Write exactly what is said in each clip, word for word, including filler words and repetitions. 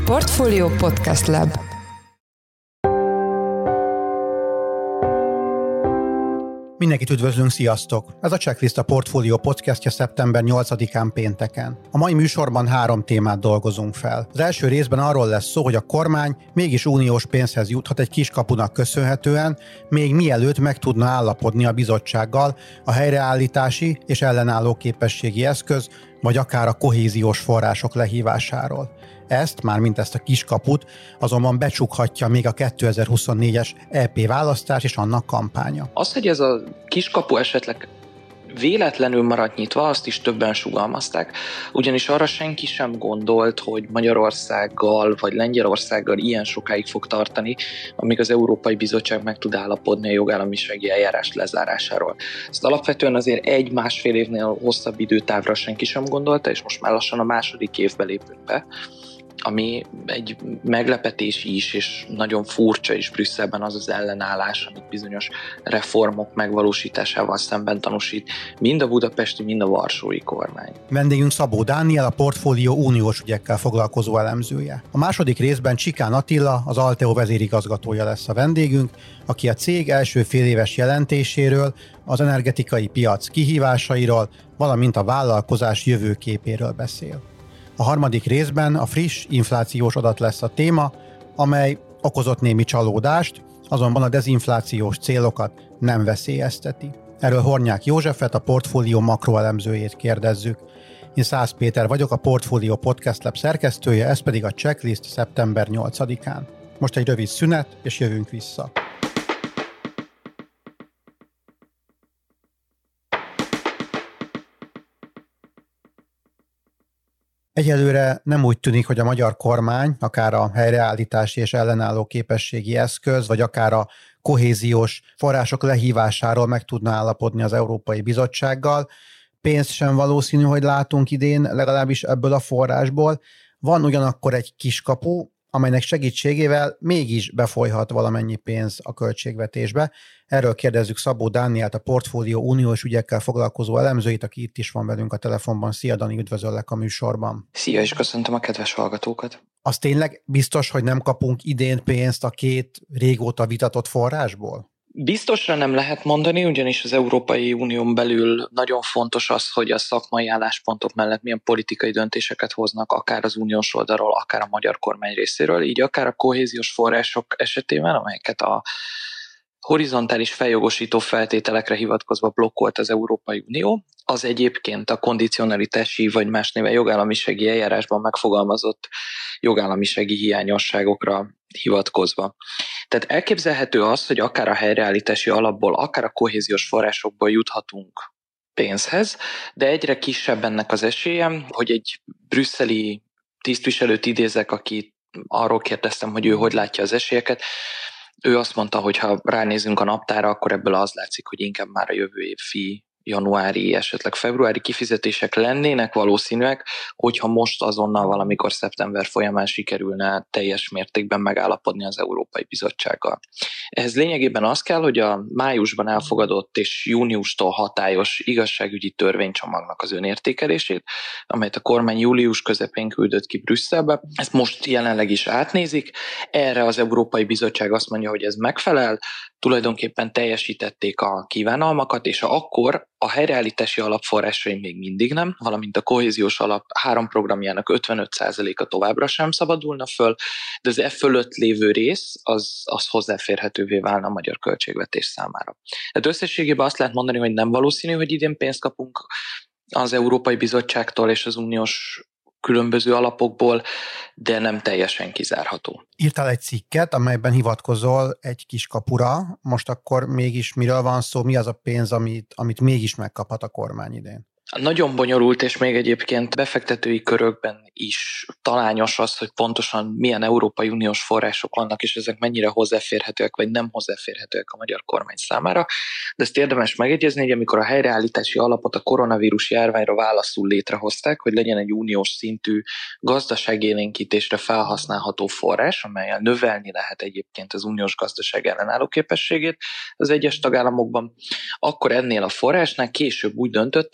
Portfolio Podcast Lab. Mindenkit üdvözlünk, sziasztok! Ez a Checklist a Portfolio podcastja szeptember nyolcadikán pénteken. A mai műsorban három témát dolgozunk fel. Az első részben arról lesz szó, hogy a kormány mégis uniós pénzhez juthat egy kiskapunak köszönhetően, még mielőtt meg tudna állapodni a bizottsággal a helyreállítási és ellenálló képességi eszköz, vagy akár a kohéziós források lehívásáról. Ezt, mármint ezt a kiskaput, azonban becsukhatja még a kétezer-huszonnégyes é pé választás és annak kampánya. Az, hogy ez a kiskapu esetleg véletlenül maradt nyitva, azt is többen sugalmazták, ugyanis arra senki sem gondolt, hogy Magyarországgal vagy Lengyelországgal ilyen sokáig fog tartani, amíg az Európai Bizottság meg tud állapodni a jogállamisági eljárás lezárásáról. Ezt alapvetően azért egy-másfél évnél hosszabb időtávra senki sem gondolta, és most már lassan a második évbe lépünk be, ami egy meglepetés is, és nagyon furcsa is Brüsszelben az az ellenállás, amit bizonyos reformok megvalósításával szemben tanúsít mind a budapesti, mind a varsói kormány. Vendégünk Szabó Dániel, a Portfolio uniós ügyekkel foglalkozó elemzője. A második részben Csikán Attila, az Alteo vezérigazgatója lesz a vendégünk, aki a cég első féléves jelentéséről, az energetikai piac kihívásairól, valamint a vállalkozás jövőképéről beszél. A harmadik részben a friss inflációs adat lesz a téma, amely okozott némi csalódást, azonban a dezinflációs célokat nem veszélyezteti. Erről Hornyák Józsefet, a Portfolio makroelemzőjét kérdezzük. Én Szász Péter vagyok, a Portfolio Podcast Lab szerkesztője, ez pedig a Checklist szeptember nyolcadikán. Most egy rövid szünet, és jövünk vissza. Egyelőre nem úgy tűnik, hogy a magyar kormány, akár a helyreállítási és ellenálló képességi eszköz, vagy akár a kohéziós források lehívásáról meg tudna állapodni az Európai Bizottsággal. Pénzt sem valószínű, hogy látunk idén, legalábbis ebből a forrásból. Van ugyanakkor egy kiskapu, amelynek segítségével mégis befolyhat valamennyi pénz a költségvetésbe. Erről kérdezzük Szabó Dánielt, a Portfolio uniós ügyekkel foglalkozó elemzőit, aki itt is van velünk a telefonban. Szia Dani, üdvözöllek a műsorban. Szia, és köszöntöm a kedves hallgatókat. Az tényleg biztos, hogy nem kapunk idén pénzt a két régóta vitatott forrásból? Biztosra nem lehet mondani, ugyanis az Európai Unión belül nagyon fontos az, hogy a szakmai álláspontok mellett milyen politikai döntéseket hoznak, akár az uniós oldalról, akár a magyar kormány részéről, így akár a kohéziós források esetében, amelyeket a horizontális feljogosító feltételekre hivatkozva blokkolt az Európai Unió, az egyébként a kondicionalitási vagy más néven jogállamisági eljárásban megfogalmazott jogállamisági hiányosságokra hivatkozva. Tehát elképzelhető az, hogy akár a helyreállítási alapból, akár a kohéziós forrásokból juthatunk pénzhez, de egyre kisebb ennek az esélye, hogy egy brüsszeli tisztviselőt idézek, aki arról kérdeztem, hogy ő hogy látja az esélyeket. Ő azt mondta, hogy ha ránézünk a naptára, akkor ebből az látszik, hogy inkább már a jövő évi januári, esetleg februári kifizetések lennének valószínűek, hogyha most azonnal valamikor szeptember folyamán sikerülne teljes mértékben megállapodni az Európai Bizottsággal. Ehhez lényegében az kell, hogy a májusban elfogadott és júniustól hatályos igazságügyi törvénycsomagnak az önértékelését, amelyet a kormány július közepén küldött ki Brüsszelbe, ezt most jelenleg is átnézik. Erre az Európai Bizottság azt mondja, hogy ez megfelel, tulajdonképpen teljesítették a kívánalmakat, és akkor a helyreállítási alapforrásai még mindig nem, valamint a kohéziós alap három programjának ötvenöt százaléka továbbra sem szabadulna föl, de az e fölött lévő rész az, az hozzáférhetővé válna a magyar költségvetés számára. Tehát összességében azt lehet mondani, hogy nem valószínű, hogy idén pénzt kapunk az Európai Bizottságtól és az uniós különböző alapokból, de nem teljesen kizárható. Írtál egy cikket, amelyben hivatkozol egy kiskapura. Most akkor mégis miről van szó? Mi az a pénz, amit, amit mégis megkaphat a kormány idén? Nagyon bonyolult, és még egyébként befektetői körökben is talányos az, hogy pontosan milyen Európai Uniós források vannak, és ezek mennyire hozzáférhetőek, vagy nem hozzáférhetőek a magyar kormány számára. De ezt érdemes megjegyezni, hogy amikor a helyreállítási alapot a koronavírus járványra válaszul létrehozták, hogy legyen egy uniós szintű gazdaságélénkítésre felhasználható forrás, amellyel növelni lehet egyébként az uniós gazdaság ellenálló képességét az egyes tagállamokban, akkor ennél a forrásnál később úgy döntöttek, hogy nem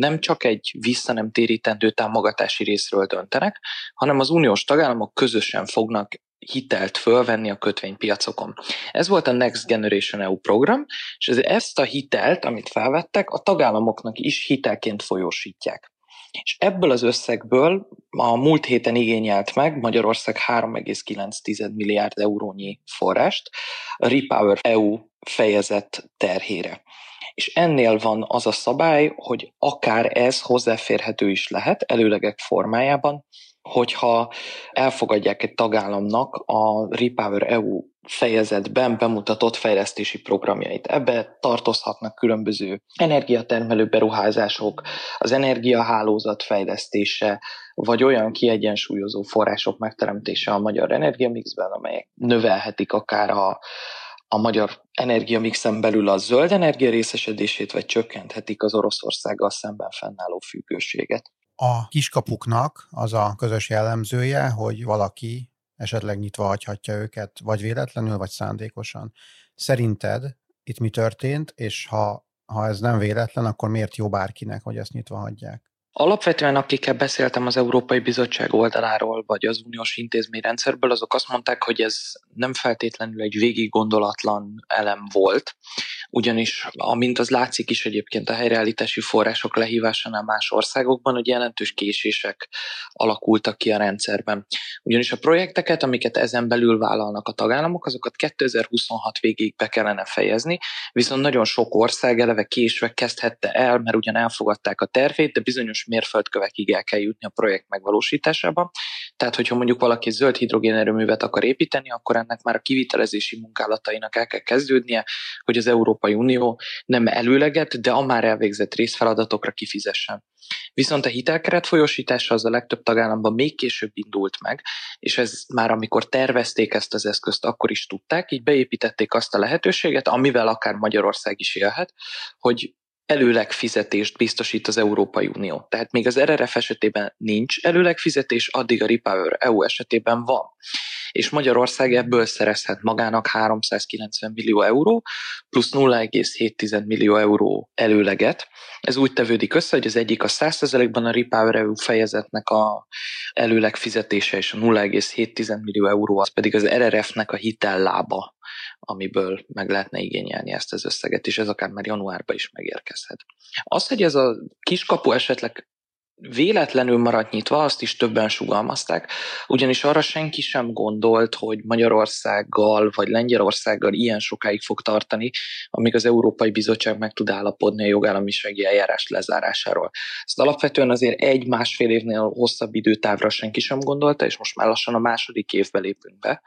nem csak egy visszanemtérítendő támogatási részről döntenek, hanem az uniós tagállamok közösen fognak hitelt fölvenni a kötvénypiacokon. Ez volt a Next Generation é u program, és ezt a hitelt, amit felvettek, a tagállamoknak is hitelként folyósítják. És ebből az összegből a múlt héten igényelt meg Magyarország három egész kilenc milliárd eurónyi forrást a Repower é u fejezet terhére. És ennél van az a szabály, hogy akár ez hozzáférhető is lehet előlegek formájában, hogyha elfogadják egy tagállamnak a Repower é u fejezetben bemutatott fejlesztési programjait. Ebbe tartozhatnak különböző energiatermelő beruházások, az energiahálózat fejlesztése, vagy olyan kiegyensúlyozó források megteremtése a magyar energiamixben, amelyek növelhetik akár a a magyar energiamixen belül a zöld energia részesedését, vagy csökkenthetik az Oroszországgal szemben fennálló függőséget. A kiskapuknak az a közös jellemzője, hogy valaki esetleg nyitva hagyhatja őket, vagy véletlenül, vagy szándékosan. Szerinted itt mi történt, és ha, ha ez nem véletlen, akkor miért jó bárkinek, hogy ezt nyitva hagyják? Alapvetően akikkel beszéltem az Európai Bizottság oldaláról, vagy az uniós intézményrendszerből, azok azt mondták, hogy ez nem feltétlenül egy végig gondolatlan elem volt, ugyanis amint az látszik is egyébként a helyreállítási források lehívásánál más országokban, hogy jelentős késések alakultak ki a rendszerben. Ugyanis a projekteket, amiket ezen belül vállalnak a tagállamok, azokat kétezer-huszonhat végéig be kellene fejezni, viszont nagyon sok ország eleve késve kezdhette el, mert ugyan elfogadták a tervét, de bizonyos mérföldkövekig el kell jutni a projekt megvalósításában. Tehát, hogyha mondjuk valaki zöld hidrogénerőművet akar építeni, akkor ennek már a kivitelezési munkálatainak el kell kezdődnie, hogy az Európai Unió nem előleget, de a már elvégzett részfeladatokra kifizessen. Viszont a hitelkeret folyósítása az a legtöbb tagállamban még később indult meg, és ez már amikor tervezték ezt az eszközt, akkor is tudták, így beépítették azt a lehetőséget, amivel akár Magyarország is élhet, hogy előlegfizetést biztosít az Európai Unió. Tehát még az er er ef esetében nincs előlegfizetés, addig a Repower é u esetében van. És Magyarország ebből szerezhet magának háromszázkilencven millió euró, plusz nulla egész hét millió euró előleget. Ez úgy tevődik össze, hogy az egyik a száz százalékban a Repower é u fejezetnek a előleg fizetése, és a nulla egész hét millió euró, az pedig az er er ef-nek a hitellába, amiből meg lehetne igényelni ezt az összeget, és ez akár már januárban is megérkezhet. Az, hogy ez a kiskapu esetleg véletlenül maradt nyitva, azt is többen sugalmazták, ugyanis arra senki sem gondolt, hogy Magyarországgal vagy Lengyelországgal ilyen sokáig fog tartani, amíg az Európai Bizottság meg tud állapodni a jogállamisági eljárás lezárásáról. Ezt alapvetően azért egy-másfél évnél hosszabb időtávra senki sem gondolta, és most már lassan a második évbe lépünk be,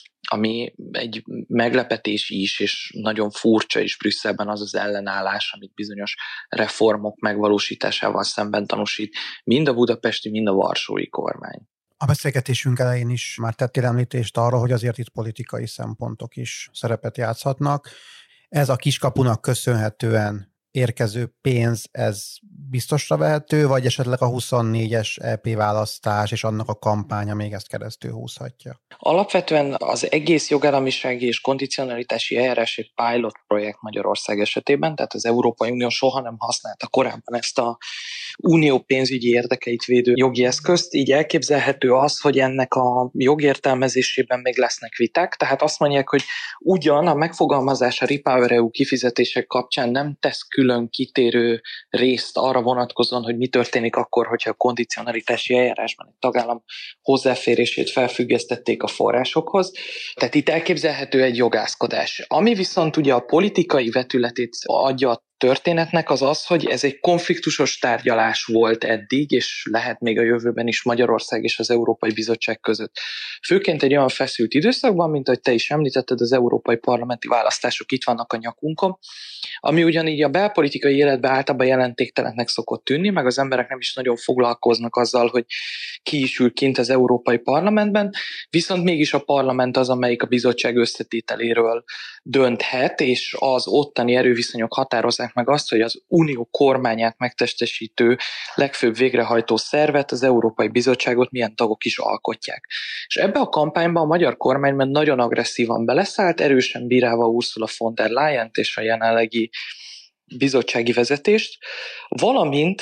ami egy meglepetés is, és nagyon furcsa is Brüsszelben az az ellenállás, amit bizonyos reformok megvalósításával szemben tanúsít, mind a budapesti, mind a varsói kormány. A beszélgetésünk elején is már tettél említést arra, hogy azért itt politikai szempontok is szerepet játszhatnak. Ez a kiskapunak köszönhetően érkező pénz, ez biztosra vehető, vagy esetleg a huszonnégyes é pé választás és annak a kampánya még ezt keresztül húzhatja? Alapvetően az egész jogállamisági és kondicionalitási eljárás egy pilot projekt Magyarország esetében, tehát az Európai Unió soha nem használta korábban ezt a unió pénzügyi érdekeit védő jogi eszközt, így elképzelhető az, hogy ennek a jogértelmezésében még lesznek viták, tehát azt mondják, hogy ugyan a megfogalmazás a Repower é u kifizetések kapcsán nem tesz külön kitérő részt arra vonatkozóan, hogy mi történik akkor, hogyha a kondicionalitási eljárásban egy tagállam hozzáférését felfüggesztették a forrásokhoz. Tehát itt elképzelhető egy jogászkodás. Ami viszont ugye a politikai vetületét adja a történetnek, az az, hogy ez egy konfliktusos tárgyalás volt eddig, és lehet még a jövőben is Magyarország és az Európai Bizottság között. Főként egy olyan feszült időszakban, mint ahogy te is említetted, az európai parlamenti választások itt vannak a nyakunkon, ami ugyanígy a belpolitikai életben általában jelentéktelennek szokott tűnni, meg az emberek nem is nagyon foglalkoznak azzal, hogy ki is ül kint az Európai Parlamentben, viszont mégis a parlament az, amelyik a bizottság összetételéről dönthet, és az ottani erőviszonyok határozzák meg azt, hogy az unió kormányát megtestesítő legfőbb végrehajtó szervet, az Európai Bizottságot milyen tagok is alkotják. És ebbe a kampányba a magyar kormányban nagyon agresszívan beleszállt, erősen bírálva Ursula von der Leyent és a jelenlegi bizottsági vezetést, valamint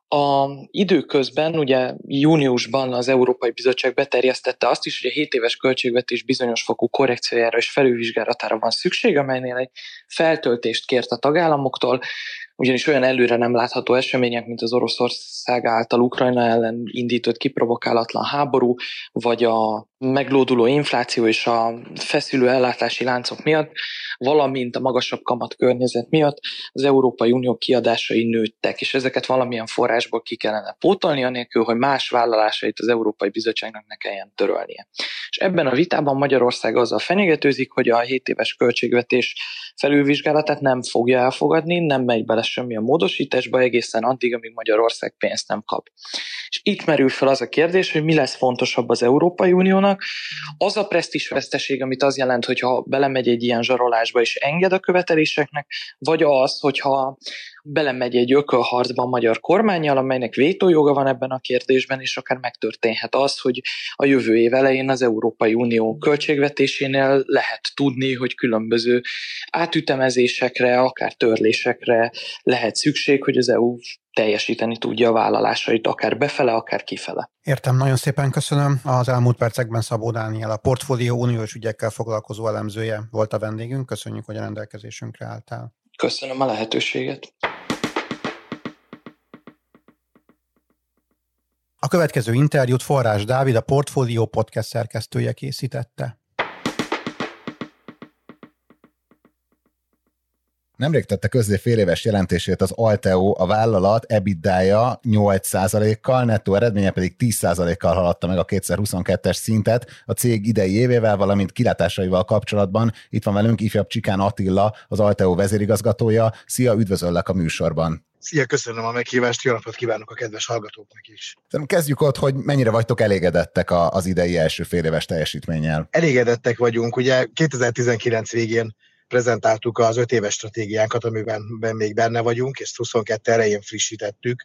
A időközben, ugye júniusban az Európai Bizottság beterjesztette azt is, hogy a hét éves költségvetés bizonyos fokú korrekciójára és felülvizsgálatára van szükség, amelynél egy feltöltést kért a tagállamoktól, ugyanis olyan előre nem látható események, mint az Oroszország által Ukrajna ellen indított kiprovokálatlan háború, vagy a meglóduló infláció és a feszülő ellátási láncok miatt, valamint a magasabb kamat környezet miatt az Európai Unió kiadásai nőttek, és ezeket valamilyen forrásból ki kellene pótolni, anélkül, hogy más vállalásait az Európai Bizottságnak ne kelljen törölnie. És ebben a vitában Magyarország azzal fenyegetőzik, hogy a hét éves költségvetés felülvizsgálatát nem fogja elfogadni, nem megy bele semmilyen módosításba egészen addig, amíg Magyarország pénzt nem kap. És itt merül fel az a kérdés, hogy mi lesz fontosabb az Európai Uniónak. Az a presztízsveszteség, amit az jelent, hogyha belemegy egy ilyen zsarolásba és enged a követeléseknek, vagy az, hogyha belemegy egy ökölharcba a magyar kormánnyal, amelynek vétójoga van ebben a kérdésben, és akár megtörténhet az, hogy a jövő év elején az Európai Unió költségvetésénél lehet tudni, hogy különböző átütemezésekre, akár törlésekre lehet szükség, hogy az é u teljesíteni tudja a vállalásait, akár befele, akár kifele. Értem, nagyon szépen köszönöm. Az elmúlt percekben Szabó Dániel, a Portfólió uniós ügyekkel foglalkozó elemzője volt a vendégünk. Köszönjük, hogy a rendelkezésünkre álltál. Köszönöm a lehetőséget. A következő interjút Forrás Dávid, a Portfólió podcast szerkesztője készítette. Nemrég tette közzé féléves jelentését az Alteo, a vállalat EBITDA-ja nyolc százalékkal, nettó eredménye pedig tíz százalékkal haladta meg a kétezer-huszonkettes szintet a cég idei évével, valamint kilátásaival kapcsolatban. Itt van velünk ifjabb Csikán Attila, az Alteo vezérigazgatója. Szia, üdvözöllek a műsorban. Szia, köszönöm a meghívást, jó napot kívánok a kedves hallgatóknak is. Kezdjük ott, hogy mennyire vagytok elégedettek az idei első féléves teljesítménnyel. Elégedettek vagyunk, ugye kétezer-tizenkilenc végén prezentáltuk az öt éves stratégiánkat, amiben még benne vagyunk, és huszonkettő elején frissítettük,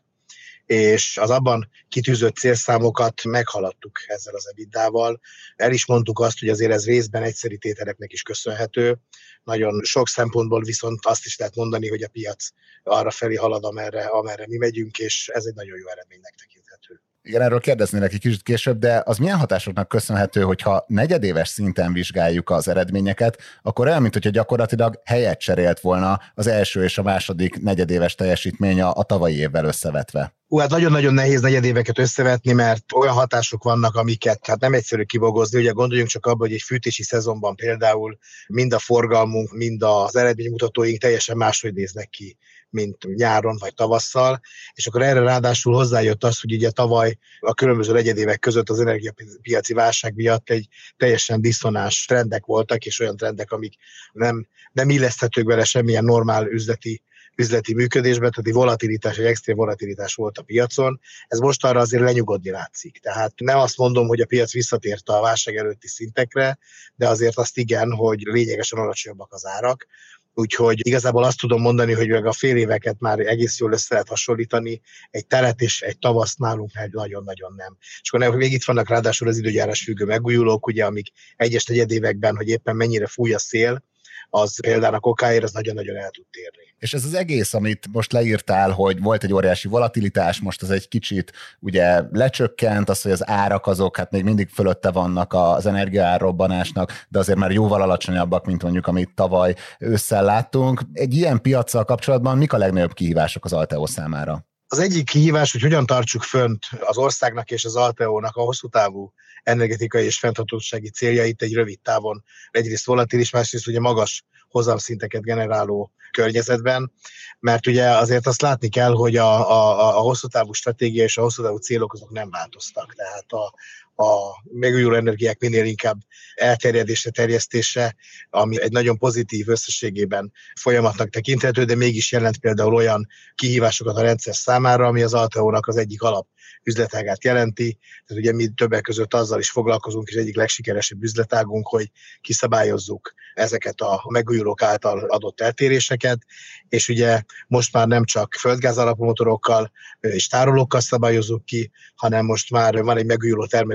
és az abban kitűzött célszámokat meghaladtuk ezzel az ebidával. El is mondtuk azt, hogy azért ez részben egyszeri tételeknek is köszönhető. Nagyon sok szempontból viszont azt is lehet mondani, hogy a piac arra felé halad, amerre, amerre mi megyünk, és ez egy nagyon jó eredménynek tekinthető. Igen, erről kérdeznélek egy kicsit később, de az milyen hatásoknak köszönhető, hogyha negyedéves szinten vizsgáljuk az eredményeket, akkor olyan, mint hogyha gyakorlatilag helyet cserélt volna az első és a második negyedéves teljesítmény a tavalyi évvel összevetve? Hú, hát nagyon-nagyon nehéz negyedéveket összevetni, mert olyan hatások vannak, amiket hát nem egyszerű kibogozni. Ugye gondoljunk csak abba, hogy egy fűtési szezonban például mind a forgalmunk, mind az eredménymutatóink teljesen máshogy néznek ki, mint nyáron vagy tavasszal, és akkor erre ráadásul hozzájött az, hogy ugye tavaly a különböző negyedévek között az energiapiaci válság miatt egy teljesen diszonás trendek voltak, és olyan trendek, amik nem, nem illeszthetők bele semmilyen normál üzleti üzleti működésben, tehát egy volatilitás, egy extrém volatilitás volt a piacon. Ez most arra azért lenyugodni látszik. Tehát nem azt mondom, hogy a piac visszatért a válság előtti szintekre, de azért azt igen, hogy lényegesen alacsonyabbak az árak. Úgyhogy igazából azt tudom mondani, hogy meg a fél éveket már egész jól össze lehet hasonlítani, egy telet és egy tavaszt nálunk nagyon-nagyon nem. És akkor még itt vannak ráadásul az időjárás függő megújulók, ugye, amik egyes negyedévekben, hogy éppen mennyire fúj a szél, az például a kokáért az nagyon-nagyon el tud térni. És ez az egész, amit most leírtál, hogy volt egy óriási volatilitás, most az egy kicsit ugye lecsökkent, az, hogy az árak azok hát még mindig fölötte vannak az energiaárrobbanásnak, de azért már jóval alacsonyabbak, mint mondjuk amit tavaly ősszel láttunk. Egy ilyen piaccal kapcsolatban mik a legnagyobb kihívások az Alteo számára? Az egyik kihívás, hogy hogyan tartsuk fönt az országnak és az Alteónak a hosszú távú energetikai és fenntarthatósági céljait egy rövid távon. Egyrészt volatilis, másrészt ugye magas hozamszinteket generáló környezetben, mert ugye azért azt látni kell, hogy a, a, a hosszú távú stratégia és a hosszú távú célok azok nem változtak. Tehát a, a megújuló energiák minél inkább elterjedése, terjesztése, ami egy nagyon pozitív összességében folyamatnak tekinthető, de mégis jelent például olyan kihívásokat a rendszer számára, ami az Alteónak az egyik alap üzletágát jelenti. Tehát ugye mi többek között azzal is foglalkozunk, és egyik legsikeresebb üzletágunk, hogy kiszabályozzuk ezeket a megújulók által adott eltéréseket, és ugye most már nem csak földgáz alapú motorokkal és tárolókkal szabályozzuk ki, hanem most már van egy megújuló termelés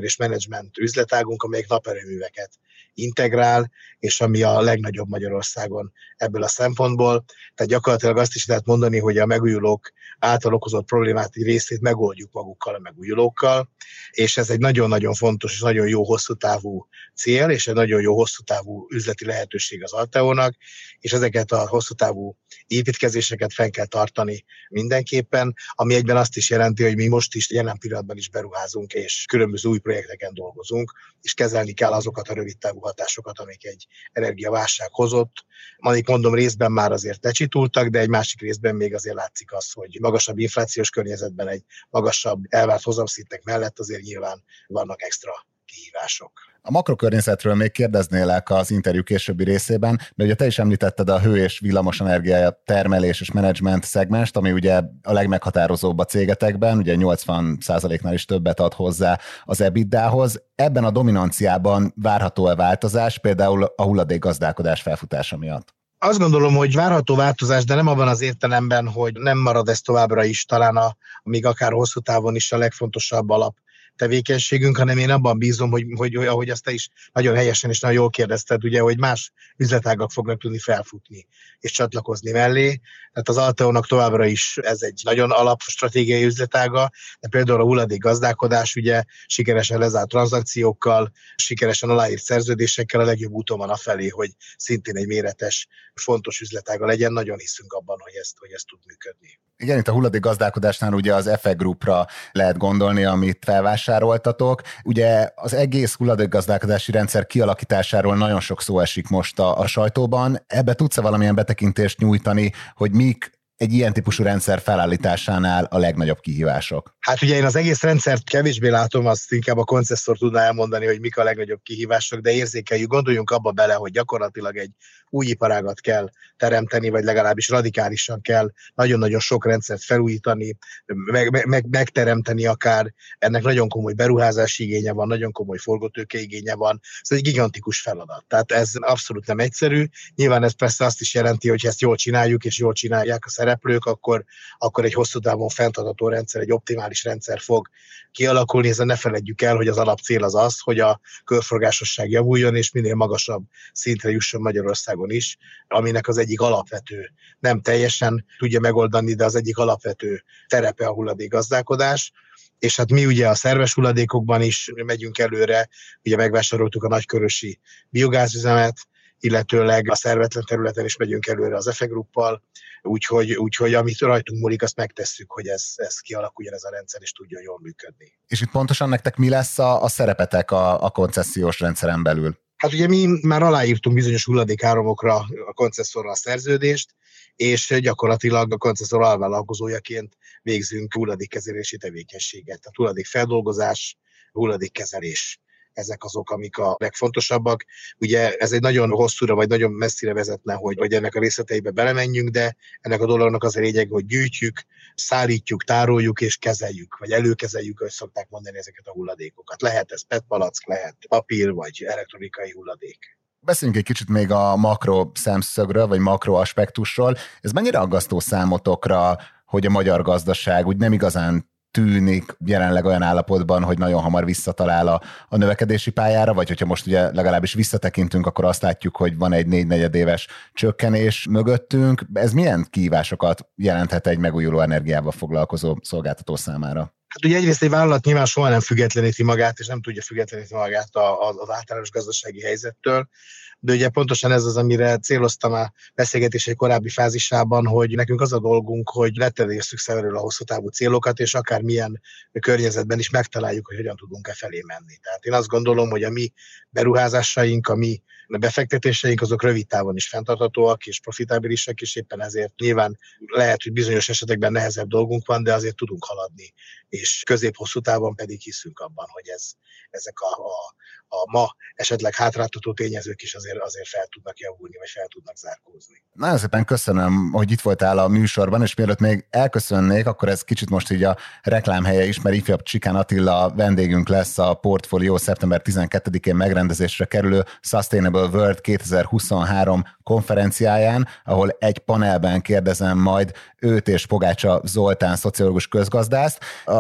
és menedzsment üzletágunk, amelyik naperőműveket integrál, és ami a legnagyobb Magyarországon ebből a szempontból. Tehát gyakorlatilag azt is lehet mondani, hogy a megújulók által okozott problémát egy részét megoldjuk magukkal a megújulókkal, és ez egy nagyon-nagyon fontos és nagyon jó hosszú távú cél, és egy nagyon jó hosszú távú üzleti lehetőség az Alteónak, és ezeket a hosszú távú építkezéseket fenn kell tartani mindenképpen, ami egyben azt is jelenti, hogy mi most is jelen pillanatban is beruházunk, és különböző új projekteken dolgozunk, és kezelni kell azokat a rövid távú hatásokat, amik egy energiaválság hozott. Amik mondom, részben már azért lecsitultak, de egy másik részben még azért látszik az, hogy magasabb inflációs környezetben egy magasabb elvárt hozamszintek mellett azért nyilván vannak extra kihívások. A makrokörnyezetről még kérdeznélek az interjú későbbi részében, de ugye te is említetted a hő- és villamosenergia termelés és menedzsment szegmest, ami ugye a legmeghatározóbb a cégetekben, ugye nyolcvan százaléknál is többet ad hozzá az EBITDA-hoz. Ebben a dominanciában várható-e változás, például a hulladékgazdálkodás felfutása miatt? Azt gondolom, hogy várható változás, de nem abban az értelemben, hogy nem marad ez továbbra is, talán a, még akár hosszú távon is a legfontosabb alap tevékenységünk, hanem én abban bízom, hogy, hogy, hogy ahogy azt te is nagyon helyesen és nagyon jól kérdezted, ugye, hogy más üzletágak fognak tudni felfutni és csatlakozni mellé. Tehát az Alteónak továbbra is ez egy nagyon alapstratégiai üzletága, de például a hulladékgazdálkodás ugye sikeresen lezárt tranzakciókkal, sikeresen aláírt szerződésekkel a legjobb úton van afelé, hogy szintén egy méretes, fontos üzletága legyen. Nagyon hiszünk abban, hogy ezt, hogy ezt tud működni. Igen, itt a hulladékgazdálkodásnál ugye az efe Groupra lehet gondolni, amit felvásároltatok. Ugye az egész hulladékgazdálkodási rendszer kialakításáról nagyon sok szó esik most a, a sajtóban. Ebbe tudsz-e valamilyen betekintést nyújtani, hogy mik egy ilyen típusú rendszer felállításánál a legnagyobb kihívások? Hát ugye én az egész rendszert kevésbé látom, azt inkább a koncesszor tudná elmondani, hogy mik a legnagyobb kihívások, de érzékeljük, gondoljunk abba bele, hogy gyakorlatilag egy új iparágat kell teremteni, vagy legalábbis radikálisan kell nagyon-nagyon sok rendszert felújítani, meg, meg, megteremteni akár. Ennek nagyon komoly beruházási igénye van, nagyon komoly forgatótőke igénye van. Ez egy gigantikus feladat. Tehát ez abszolút nem egyszerű. Nyilván ez persze azt is jelenti, hogy ezt jól csináljuk, és jól csinálják a szereplők, akkor, akkor egy hosszú távon fenntartható rendszer, egy optimális rendszer fog kialakulni, ezzel ne feledjük el, hogy az alapcél az az, hogy a körforgásosság javuljon, és minél magasabb szintre jusson Magyarországon is, aminek az egyik alapvető, nem teljesen tudja megoldani, de az egyik alapvető terepe a hulladékgazdálkodás. És hát mi ugye a szerves hulladékokban is megyünk előre, ugye megvásároltuk a nagykörösi biogázüzemet, illetőleg a szervetlen területen is megyünk előre az efe Gruppal, úgyhogy, úgyhogy amit rajtunk múlik, azt megtesszük, hogy ez, ez kialakuljon ez a rendszer, és tudjon jól működni. És itt pontosan nektek mi lesz a, a szerepetek a, a koncesziós rendszeren belül? Hát ugye mi már aláírtunk bizonyos hulladékáromokra a koncesszorral a szerződést, és gyakorlatilag a koncesszor alvállalkozójaként végzünk hulladékkezelési tevékenységet. Tehát hulladékfeldolgozás, hulladékkezelés. Ezek azok, amik a legfontosabbak. Ugye ez egy nagyon hosszúra, vagy nagyon messzire vezetne, hogy, hogy ennek a részleteibe belemenjünk, de ennek a dolognak az a lényeg, hogy gyűjtjük, szállítjuk, tároljuk és kezeljük, vagy előkezeljük, hogy szokták mondani ezeket a hulladékokat. Lehet ez pé é té palack, lehet papír, vagy elektronikai hulladék. Beszéljünk egy kicsit még a makro szemszögről, vagy makro aspektusról. Ez mennyire aggasztó számotokra, hogy a magyar gazdaság úgy nem igazán tűnik jelenleg olyan állapotban, hogy nagyon hamar visszatalál a, a növekedési pályára, vagy hogyha most ugye legalábbis visszatekintünk, akkor azt látjuk, hogy van egy négy negyedéves csökkenés mögöttünk. Ez milyen kihívásokat jelenthet egy megújuló energiával foglalkozó szolgáltató számára? Hát ugye egyrészt egy vállalat nyilván soha nem függetleníti magát, és nem tudja függetleníteni magát az általános gazdasági helyzettől, de ugye pontosan ez az, amire céloztam a beszélgetés egy korábbi fázisában, hogy nekünk az a dolgunk, hogy leterjesszük szem elől a hosszú távú célokat, és akár milyen környezetben is megtaláljuk, hogy hogyan tudunk e felé menni. Tehát én azt gondolom, hogy a mi beruházásaink, a mi befektetéseink azok rövid távon is fenntarthatóak és profitábilisak, és éppen ezért nyilván lehet, hogy bizonyos esetekben nehezebb dolgunk van, de azért tudunk haladni, és közép-hosszú távon pedig hiszünk abban, hogy ez, ezek a, a, a ma esetleg hátráltató tényezők is azért, azért fel tudnak javulni, vagy fel tudnak zárkózni. Nagyon szépen köszönöm, hogy itt voltál a műsorban, és mielőtt még elköszönnék, akkor ez kicsit most így a reklámhelye is, mert ifjabb Csikán Attila vendégünk lesz a Portfolio szeptember tizenkettedikén megrendezésre kerülő Sustainable World kétezer-huszonhárom konferenciáján, ahol egy panelben kérdezem majd őt és Pogácsa Zoltán szociológus közgazdászt. A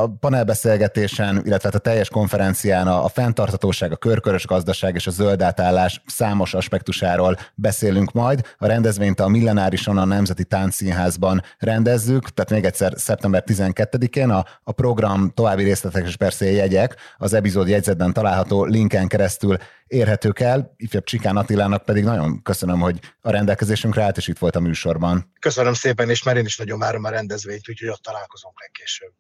a panelbeszélgetésen, illetve a teljes konferencián a, a fenntarthatóság, a körkörös gazdaság és a zöld átállás számos aspektusáról beszélünk majd. A rendezvényt a Millenárison, a Nemzeti Táncszínházban rendezzük, tehát még egyszer szeptember tizenkettedikén a, a program további részletek és persze jegyek az epizód jegyzetben található linken keresztül érhetők el. Ifjabb Csikán Attilának pedig nagyon köszönöm, hogy a rendelkezésünkre állt, és itt volt a műsorban. Köszönöm szépen, és már én is nagyon várom a rendezvényt, úgyhogy ott találkozunk legkésőbb.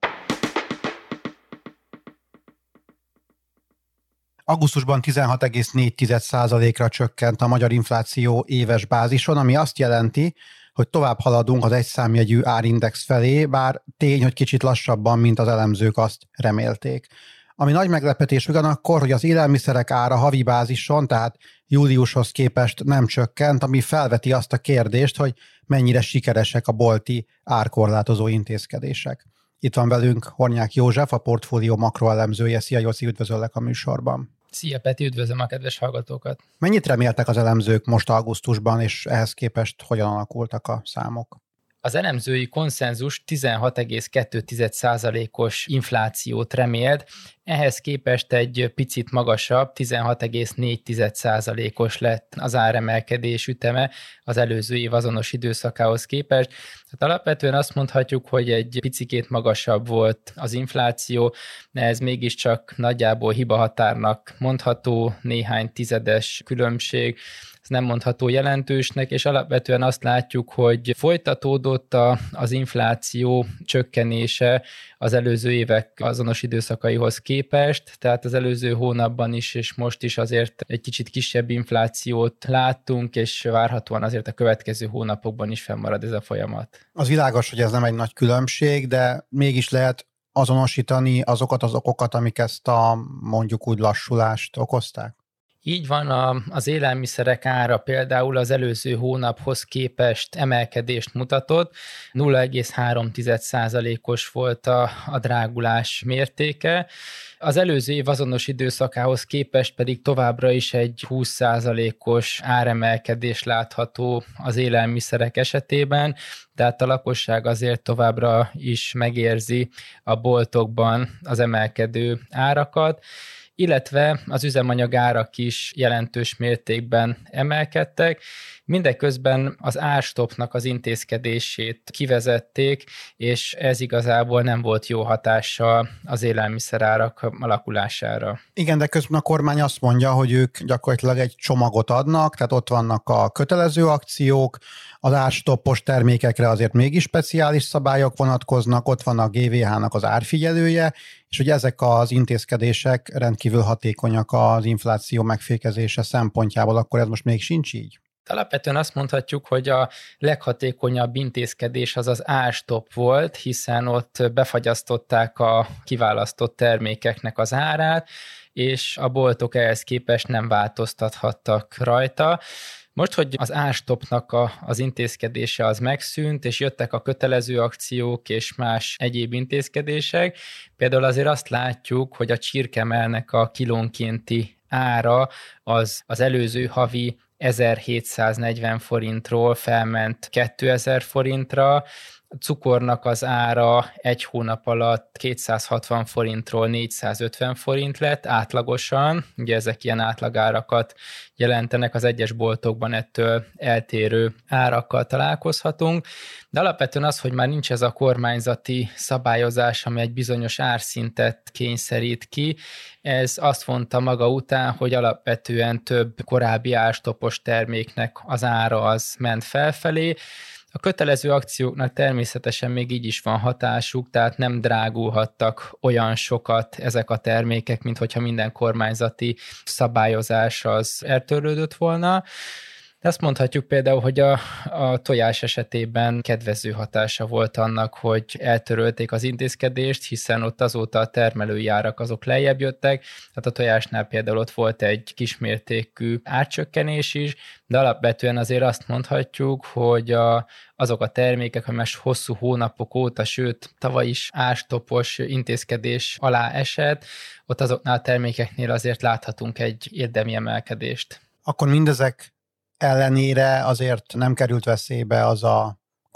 Augusztusban tizenhat egész négy százalékra csökkent a magyar infláció éves bázison, ami azt jelenti, hogy tovább haladunk az egyszámjegyű árindex felé, bár tény, hogy kicsit lassabban, mint az elemzők azt remélték. Ami nagy meglepetés ugyanakkor, hogy az élelmiszerek ára havi bázison, tehát júliushoz képest nem csökkent, ami felveti azt a kérdést, hogy mennyire sikeresek a bolti árkorlátozó intézkedések. Itt van velünk Hornyák József, a portfólió makroelemzője. Szia Jóci, üdvözöllek a műsorban. Szia Peti, üdvözlöm a kedves hallgatókat. Mennyit reméltek az elemzők most augusztusban, és ehhez képest hogyan alakultak a számok? Az elemzői konszenzus tizenhat egész kettő százalékos inflációt remélt, ehhez képest egy picit magasabb, tizenhat egész négy százalékos lett az áremelkedés üteme az előző év azonos időszakához képest. Tehát alapvetően azt mondhatjuk, hogy egy picikét magasabb volt az infláció, de ez mégiscsak nagyjából hibahatárnak mondható, néhány tizedes különbség, nem mondható jelentősnek, és alapvetően azt látjuk, hogy folytatódott a, az infláció csökkenése az előző évek azonos időszakaihoz képest, tehát az előző hónapban is, és most is azért egy kicsit kisebb inflációt láttunk, és várhatóan azért a következő hónapokban is fennmarad ez a folyamat. Az világos, hogy ez nem egy nagy különbség, de mégis lehet azonosítani azokat az okokat, amik ezt a mondjuk úgy lassulást okozták? Így van, a, az élelmiszerek ára például az előző hónaphoz képest emelkedést mutatott, nulla egész három százalékos volt a, a drágulás mértéke, az előző év azonos időszakához képest pedig továbbra is egy húsz százalékos áremelkedés látható az élelmiszerek esetében, tehát a lakosság azért továbbra is megérzi a boltokban az emelkedő árakat, illetve az üzemanyag árak is jelentős mértékben emelkedtek. Mindeközben az árstopnak az intézkedését kivezették, és ez igazából nem volt jó hatással az élelmiszerárak alakulására. Igen, de közben a kormány azt mondja, hogy ők gyakorlatilag egy csomagot adnak, tehát ott vannak a kötelező akciók, az árstoppos termékekre azért mégis speciális szabályok vonatkoznak, ott van a gé vé há-nak az árfigyelője, és hogy ezek az intézkedések rendkívül hatékonyak az infláció megfékezése szempontjából, akkor ez most még sincs így? Alapvetően azt mondhatjuk, hogy a leghatékonyabb intézkedés az az árstopp volt, hiszen ott befagyasztották a kiválasztott termékeknek az árát, és a boltok ehhez képest nem változtathattak rajta. Most, hogy az árstoppnak a, az intézkedése az megszűnt, és jöttek a kötelező akciók és más egyéb intézkedések, például azért azt látjuk, hogy a csirkemelnek a kilónkénti ára az az előző havi ezerhétszáznegyven forintról felment kétezer forintra, a cukornak az ára egy hónap alatt kétszázhatvan forintról négyszázötven forint lett átlagosan, ugye ezek ilyen átlagárakat jelentenek, az egyes boltokban ettől eltérő árakkal találkozhatunk, de alapvetően az, hogy már nincs ez a kormányzati szabályozás, ami egy bizonyos árszintet kényszerít ki, ez azt mondta maga után, hogy alapvetően több korábbi árstoppos terméknek az ára az ment felfelé. A kötelező akcióknak természetesen még így is van hatásuk, tehát nem drágulhattak olyan sokat ezek a termékek, mint hogyha minden kormányzati szabályozás az eltörlődött volna. De azt mondhatjuk például, hogy a, a tojás esetében kedvező hatása volt annak, hogy eltörölték az intézkedést, hiszen ott azóta a termelői árak azok lejjebb jöttek, tehát a tojásnál például ott volt egy kismértékű árcsökkenés is, de alapvetően azért azt mondhatjuk, hogy a, azok a termékek, amelyek hosszú hónapok óta, sőt tavaly is árstoppos intézkedés alá esett, ott azoknál a termékeknél azért láthatunk egy érdemi emelkedést. Akkor mindezek ellenére azért nem került veszélybe az a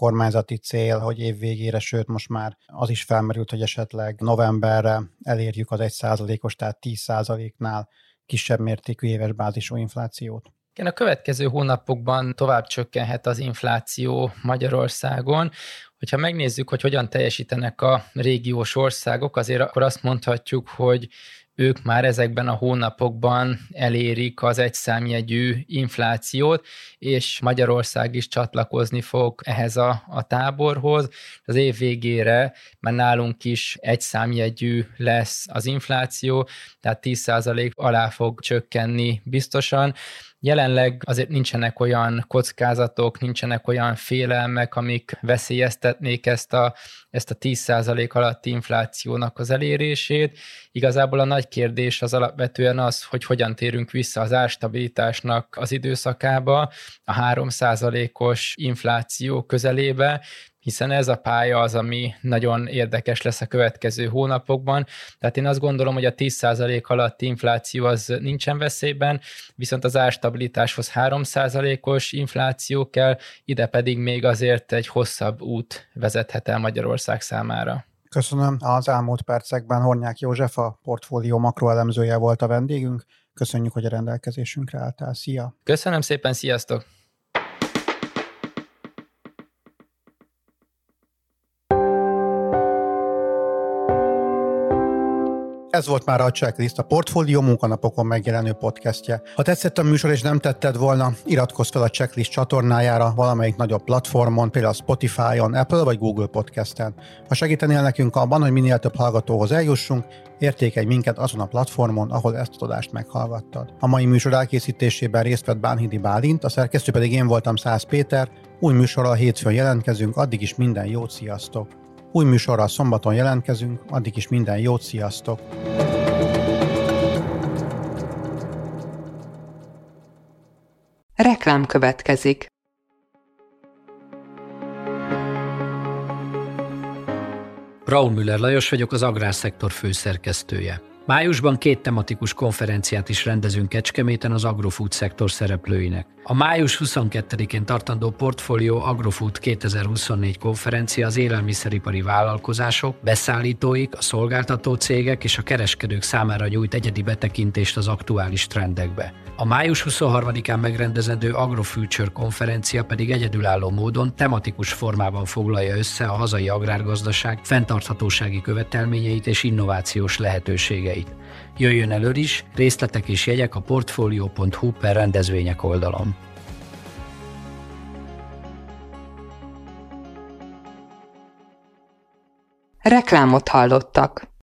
kormányzati cél, hogy év végére, sőt most már az is felmerült, hogy esetleg novemberre elérjük az egy százalékos, tehát tíz százaléknál kisebb mértékű éves bázisú inflációt. Igen, a következő hónapokban tovább csökkenhet az infláció Magyarországon. Hogyha megnézzük, hogy hogyan teljesítenek a régiós országok, azért akkor azt mondhatjuk, hogy ők már ezekben a hónapokban elérik az egyszámjegyű inflációt, és Magyarország is csatlakozni fog ehhez a, a táborhoz. Az év végére már nálunk is egyszámjegyű lesz az infláció, tehát tíz százalék alá fog csökkenni biztosan. Jelenleg azért nincsenek olyan kockázatok, nincsenek olyan félelmek, amik veszélyeztetnék ezt a, ezt a tíz százalék alatti inflációnak az elérését. Igazából a nagy kérdés az alapvetően az, hogy hogyan térünk vissza az árstabilitásnak az időszakába, a három százalékos infláció közelébe, hiszen ez a pálya az, ami nagyon érdekes lesz a következő hónapokban. Tehát én azt gondolom, hogy a tíz százalék alatti infláció az nincsen veszélyben, viszont az árstabilitáshoz három százalékos infláció kell, ide pedig még azért egy hosszabb út vezethet el Magyarország számára. Köszönöm. Az elmúlt percekben Hornyák József, a portfólió makroelemzője volt a vendégünk. Köszönjük, hogy a rendelkezésünkre álltál. Szia! Köszönöm szépen, sziasztok! Ez volt már a Checklist, a Portfólió munkanapokon megjelenő podcastje. Ha tetszett a műsor és nem tetted volna, iratkozz fel a Checklist csatornájára valamelyik nagyobb platformon, például Spotify-on, Apple vagy Google Podcasten. Ha segítenél nekünk abban, hogy minél több hallgatóhoz eljussunk, értékelj minket azon a platformon, ahol ezt az adást meghallgattad. A mai műsor elkészítésében részt vett Bánhidi Bálint, a szerkesztő pedig én voltam, Szász Péter. Új műsorral hétfőn jelentkezünk, addig is minden jót, sziasztok! Új műsorral szombaton jelentkezünk, addig is minden jót, sziasztok! Reklám következik. Braun Müller Lajos vagyok, az Agrárszektor főszerkesztője. Májusban két tematikus konferenciát is rendezünk Kecskeméten az agrofood szektor szereplőinek. A május huszonkettedikén tartandó Portfolio Agrofood kétezer-huszonnégy konferencia az élelmiszeripari vállalkozások, beszállítóik, a szolgáltató cégek és a kereskedők számára nyújt egyedi betekintést az aktuális trendekbe. A május huszonharmadikán megrendezendő Agrofuture konferencia pedig egyedülálló módon tematikus formában foglalja össze a hazai agrárgazdaság fenntarthatósági követelményeit és innovációs lehetőségeit. Jöjjön elő is, részletek és jegyek a portfolio pont hu per rendezvények oldalon. Reklámot hallottak.